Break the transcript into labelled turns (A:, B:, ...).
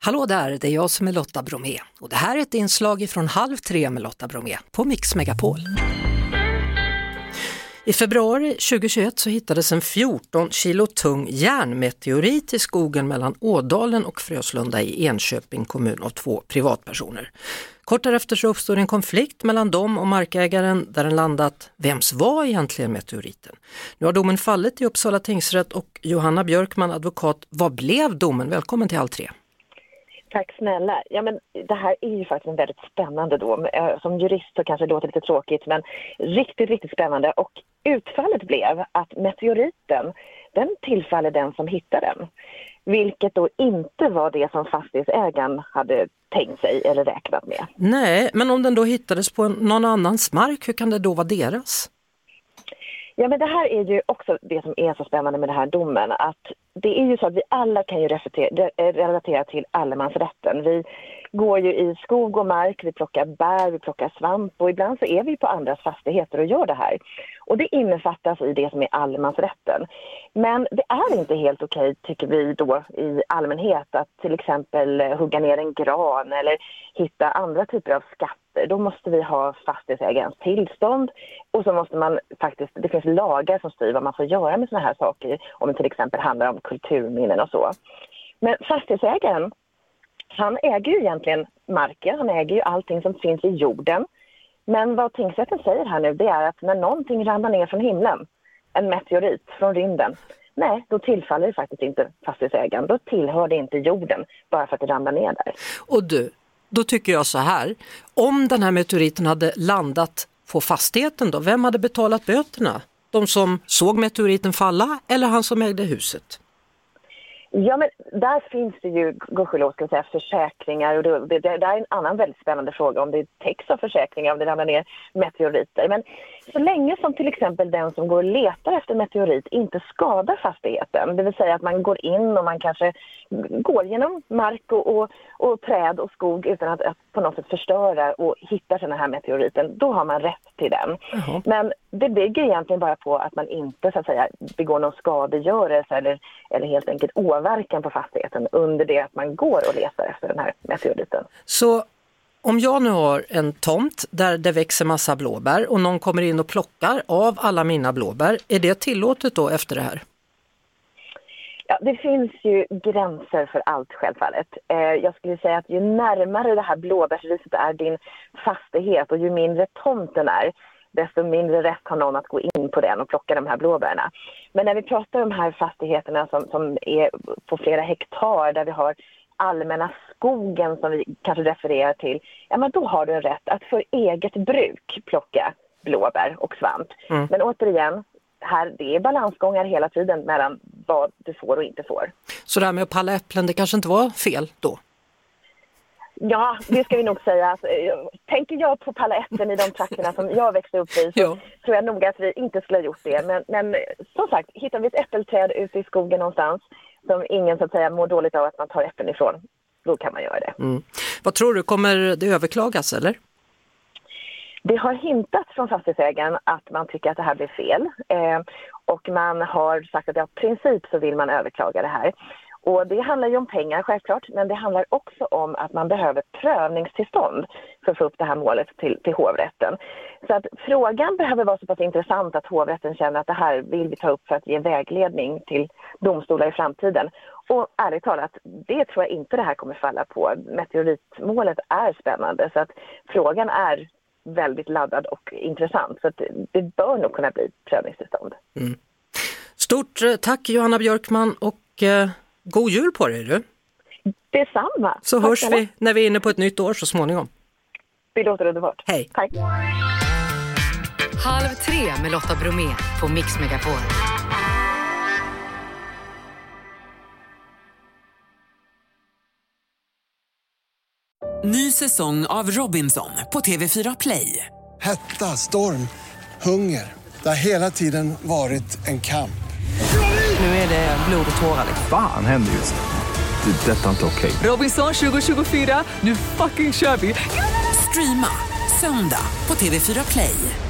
A: Hallå där, det är jag som är Lotta Bromé och det här är ett inslag från 2:30 med Lotta Bromé på Mix Megapol. I februari 2021 så hittades en 14 kilo tung järnmeteorit i skogen mellan Ådalen och Fröslunda i Enköping kommun av 2 privatpersoner. Kort därefter så uppstod en konflikt mellan dem och markägaren där den landat. Vems var egentligen meteoriten? Nu har domen fallit i Uppsala tingsrätt och Johanna Björkman, advokat. Vad blev domen? Välkommen till All 3.
B: Tack snälla. Ja, men det här är ju faktiskt en väldigt spännande dom. Som jurist så kanske det låter lite tråkigt, men riktigt spännande. Och utfallet blev att meteoriten, den tillfaller den som hittar den. Vilket då inte var det som fastighetsägaren hade tänkt sig eller räknat med.
A: Nej, men om den då hittades på någon annans mark, hur kan det då vara deras?
B: Ja, men det här är ju också det som är så spännande med den här domen. Att det är ju så att vi alla kan ju relatera till allemansrätten. Vi går ju i skog och mark, vi plockar bär, vi plockar svamp och ibland så är vi på andras fastigheter och gör det här. Och det innefattas i det som är allemansrätten. Men det är inte helt okej, tycker vi då i allmänhet, att till exempel hugga ner en gran eller hitta andra typer av skatter. Då måste vi ha fastighetsägarens tillstånd och så måste man faktiskt, det finns lagar som styr vad man får göra med såna här saker om det till exempel handlar om kulturminnen och så. Men fastighetsägaren, han äger ju egentligen marken, han äger ju allting som finns i jorden. Men vad tingsrätten säger här nu, det är att när någonting ramlar ner från himlen, en meteorit från rymden, nej, då tillfaller det faktiskt inte fastighetsägaren. Då tillhör det inte jorden bara för att det ramlar ner där.
A: Och du, då tycker jag så här, om den här meteoriten hade landat på fastigheten då, vem hade betalat böterna? De som såg meteoriten falla eller han som ägde huset?
B: Ja, men där finns det ju gudskelov ska jag säga försäkringar och det är en annan väldigt spännande fråga om det täcks av försäkringar om det ramlar ner meteoriter. Men så länge som till exempel den som går och letar efter meteorit inte skadar fastigheten, det vill säga att man går in och man kanske går genom mark och träd och skog utan att på något sätt förstöra och hitta den här meteoriten, då har man rätt till den. Uh-huh. Men det bygger egentligen bara på att man inte så att säga begår någon skadegörelse eller helt enkelt åverkan på fastigheten under det att man går och letar efter den här meteoriten.
A: Så om jag nu har en tomt där det växer massa blåbär och någon kommer in och plockar av alla mina blåbär, är det tillåtet då efter det här?
B: Ja, det finns ju gränser för allt självfallet. Jag skulle säga att ju närmare det här blåbärsriset är din fastighet och ju mindre tomten är, desto mindre rätt har någon att gå in på den och plocka de här blåbärna. Men när vi pratar om de här fastigheterna som är på flera hektar där vi har allmänna skogen som vi kanske refererar till, ja men då har du en rätt att för eget bruk plocka blåbär och svamp. Mm. Men återigen, här, det är balansgångar hela tiden mellan vad du får och inte får. Så det här med att palla äpplen, det kanske inte var fel då? Ja, det ska vi nog säga. Alltså, tänker jag på palla äpplen i de trakterna som jag växte upp i så tror jag nog att vi inte skulle ha gjort det. Men som sagt, hittar vi ett äppelträd ute i skogen någonstans som ingen så att säga mår dåligt av att man tar äpplen ifrån, då kan man göra det. Mm.
A: Vad tror du, kommer det överklagas eller?
B: Det har hintats från fastighetsägaren att man tycker att det här blir fel och man har sagt att i princip så vill man överklaga det här. Och det handlar ju om pengar självklart, men det handlar också om att man behöver prövningstillstånd för att få upp det här målet till hovrätten. Så att frågan behöver vara så pass intressant att hovrätten känner att det här vill vi ta upp för att ge vägledning till domstolar i framtiden. Och ärligt talat, det tror jag inte det här kommer falla på. Meteoritmålet är spännande så att frågan är väldigt laddad och intressant. Så att det bör nog kunna bli prövningstillstånd. Mm.
A: Stort tack Johanna Björkman och god jul på dig du.
B: Detsamma.
A: Så tack hörs vi när vi är inne på ett nytt år så småningom.
B: Det låter underbart.
A: Hej.
B: Tack.
C: 2:30 med Lotta Bromé på Mix Megapol.
D: Ny säsong av Robinson på TV4 Play.
E: Hetta, storm, hunger. Det har hela tiden varit en kamp.
F: Nu är det blod och tårar.
G: Fan händer just det. Det är detta inte okej.
F: Robinson 2024, nu fucking kör vi.
D: Streama söndag på TV4 Play.